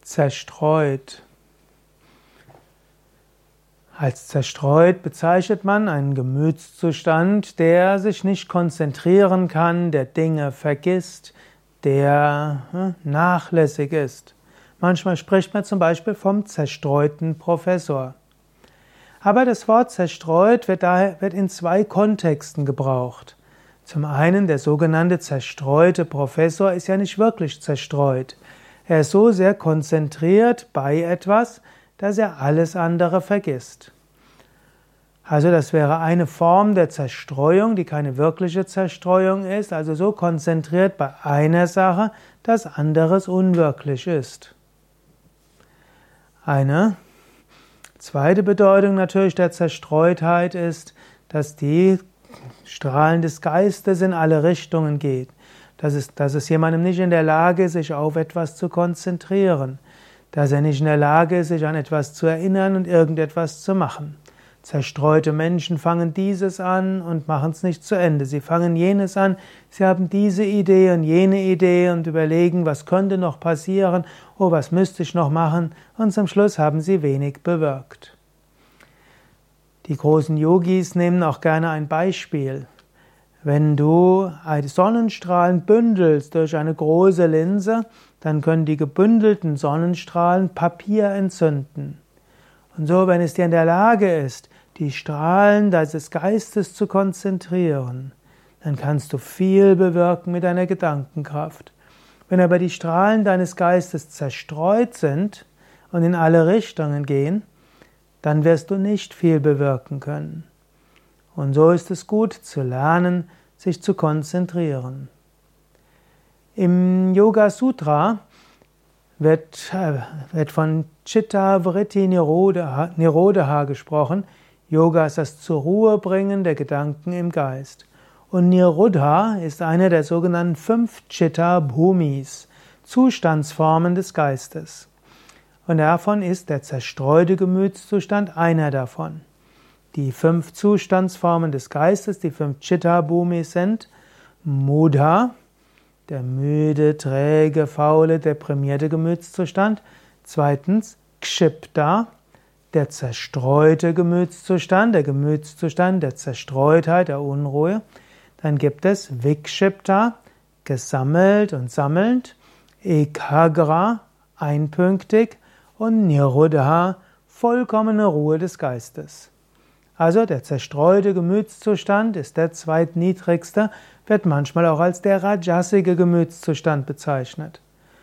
Zerstreut. Als zerstreut bezeichnet man einen Gemütszustand, der sich nicht konzentrieren kann, der Dinge vergisst, der nachlässig ist. Manchmal spricht man zum Beispiel vom zerstreuten Professor. Aber das Wort zerstreut wird in zwei Kontexten gebraucht. Zum einen, der sogenannte zerstreute Professor ist ja nicht wirklich zerstreut. Er ist so sehr konzentriert bei etwas, dass er alles andere vergisst. Also das wäre eine Form der Zerstreuung, die keine wirkliche Zerstreuung ist, also so konzentriert bei einer Sache, dass anderes unwirklich ist. Eine zweite Bedeutung natürlich der Zerstreutheit ist, dass die Strahlen des Geistes in alle Richtungen geht. Dass es jemandem nicht in der Lage ist, sich auf etwas zu konzentrieren. Dass er nicht in der Lage ist, sich an etwas zu erinnern und irgendetwas zu machen. Zerstreute Menschen fangen dieses an und machen es nicht zu Ende. Sie fangen jenes an, sie haben diese Idee und jene Idee und überlegen, was könnte noch passieren, oh, was müsste ich noch machen, und zum Schluss haben sie wenig bewirkt. Die großen Yogis nehmen auch gerne ein Beispiel. Wenn du Sonnenstrahlen bündelst durch eine große Linse, dann können die gebündelten Sonnenstrahlen Papier entzünden. Und so, wenn es dir in der Lage ist, die Strahlen deines Geistes zu konzentrieren, dann kannst du viel bewirken mit deiner Gedankenkraft. Wenn aber die Strahlen deines Geistes zerstreut sind und in alle Richtungen gehen, dann wirst du nicht viel bewirken können. Und so ist es gut zu lernen, sich zu konzentrieren. Im Yoga Sutra wird von Chitta Vritti Nirodha gesprochen. Yoga ist das zur Ruhe bringen der Gedanken im Geist. Und Nirodha ist eine der sogenannten 5 Chitta Bhumis, Zustandsformen des Geistes. Und davon ist der zerstreute Gemütszustand einer davon. Die 5 Zustandsformen des Geistes, die 5 Chitta Bhumis sind Mudha, der müde, träge, faule, deprimierte Gemütszustand. Zweitens Kshipta, der zerstreute Gemütszustand, der Zerstreutheit, der Unruhe. Dann gibt es Vikshipta, gesammelt und sammelnd, Ekagra, einpünktig, und Nirodha, vollkommene Ruhe des Geistes. Also der zerstreute Gemütszustand ist der zweitniedrigste, wird manchmal auch als der rajasige Gemütszustand bezeichnet.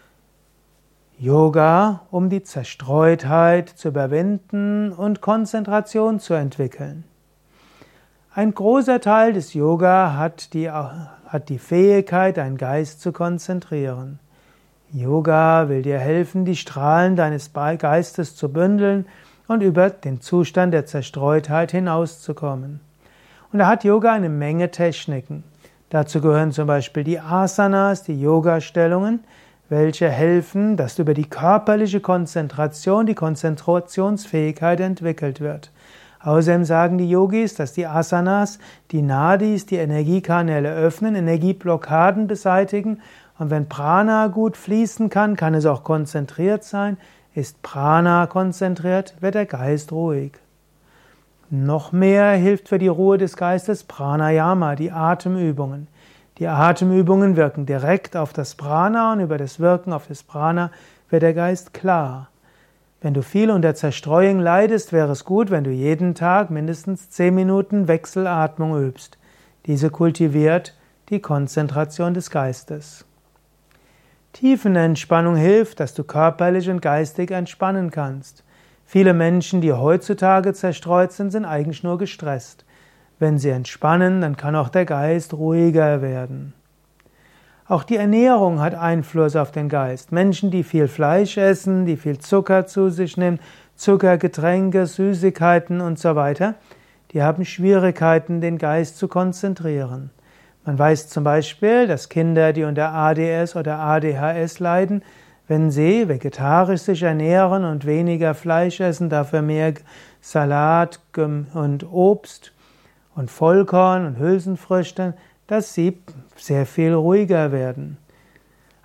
Yoga, um die Zerstreutheit zu überwinden und Konzentration zu entwickeln. Ein großer Teil des Yoga hat die Fähigkeit, deinen Geist zu konzentrieren. Yoga will dir helfen, die Strahlen deines Geistes zu bündeln und über den Zustand der Zerstreutheit hinauszukommen. Und da hat Yoga eine Menge Techniken. Dazu gehören zum Beispiel die Asanas, die Yoga-Stellungen, welche helfen, dass über die körperliche Konzentration, die Konzentrationsfähigkeit entwickelt wird. Außerdem sagen die Yogis, dass die Asanas, die Nadis, die Energiekanäle öffnen, Energieblockaden beseitigen, und wenn Prana gut fließen kann, kann es auch konzentriert sein. Ist Prana konzentriert, wird der Geist ruhig. Noch mehr hilft für die Ruhe des Geistes Pranayama, die Atemübungen. Die Atemübungen wirken direkt auf das Prana und über das Wirken auf das Prana wird der Geist klar. Wenn du viel unter Zerstreuung leidest, wäre es gut, wenn du jeden Tag mindestens 10 Minuten Wechselatmung übst. Diese kultiviert die Konzentration des Geistes. Tiefenentspannung hilft, dass du körperlich und geistig entspannen kannst. Viele Menschen, die heutzutage zerstreut sind, sind eigentlich nur gestresst. Wenn sie entspannen, dann kann auch der Geist ruhiger werden. Auch die Ernährung hat Einfluss auf den Geist. Menschen, die viel Fleisch essen, die viel Zucker zu sich nehmen, Zucker, Getränke, Süßigkeiten und so weiter, die haben Schwierigkeiten, den Geist zu konzentrieren. Man weiß zum Beispiel, dass Kinder, die unter ADS oder ADHS leiden, wenn sie vegetarisch sich ernähren und weniger Fleisch essen, dafür mehr Salat und Obst und Vollkorn und Hülsenfrüchte, dass sie sehr viel ruhiger werden.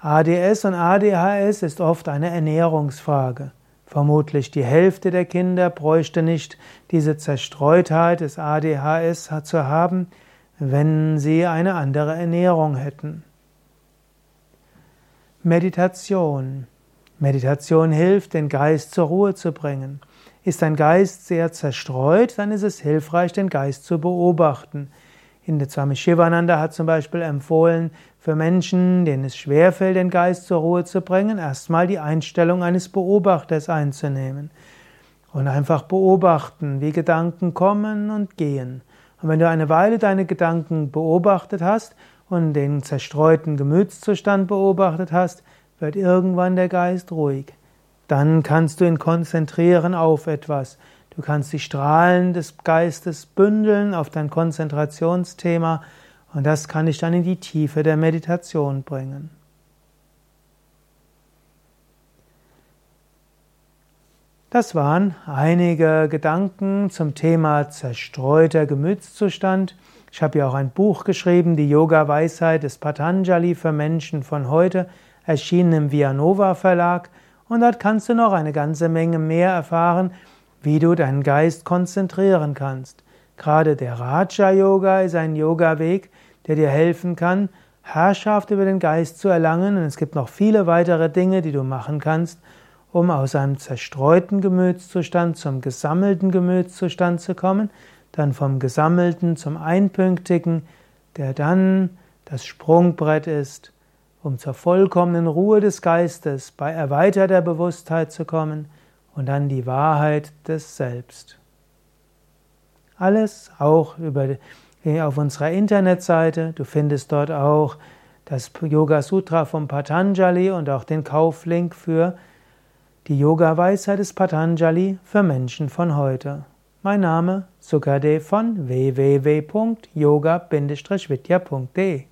ADS und ADHS ist oft eine Ernährungsfrage. Vermutlich die Hälfte der Kinder bräuchte nicht diese Zerstreutheit des ADHS zu haben, wenn sie eine andere Ernährung hätten. Meditation. Meditation hilft, den Geist zur Ruhe zu bringen. Ist dein Geist sehr zerstreut, dann ist es hilfreich, den Geist zu beobachten. Swami Shivananda hat zum Beispiel empfohlen, für Menschen, denen es schwerfällt, den Geist zur Ruhe zu bringen, erstmal die Einstellung eines Beobachters einzunehmen. Und einfach beobachten, wie Gedanken kommen und gehen. Und wenn du eine Weile deine Gedanken beobachtet hast und den zerstreuten Gemütszustand beobachtet hast, wird irgendwann der Geist ruhig. Dann kannst du ihn konzentrieren auf etwas. Du kannst die Strahlen des Geistes bündeln auf dein Konzentrationsthema und das kann dich dann in die Tiefe der Meditation bringen. Das waren einige Gedanken zum Thema zerstreuter Gemütszustand. Ich habe ja auch ein Buch geschrieben, die Yoga-Weisheit des Patanjali für Menschen von heute, erschienen im Vianova Verlag. Und dort kannst du noch eine ganze Menge mehr erfahren, wie du deinen Geist konzentrieren kannst. Gerade der Raja-Yoga ist ein Yoga-Weg, der dir helfen kann, Herrschaft über den Geist zu erlangen. Und es gibt noch viele weitere Dinge, die du machen kannst, um aus einem zerstreuten Gemütszustand zum gesammelten Gemütszustand zu kommen, dann vom gesammelten zum einpünktigen, der dann das Sprungbrett ist, um zur vollkommenen Ruhe des Geistes bei erweiterter Bewusstheit zu kommen und dann die Wahrheit des Selbst. Alles auch auf unserer Internetseite. Du findest dort auch das Yoga Sutra vom Patanjali und auch den Kauflink für die Yoga-Weisheit des Patanjali für Menschen von heute. Mein Name Sukadev von www.yoga-vidya.de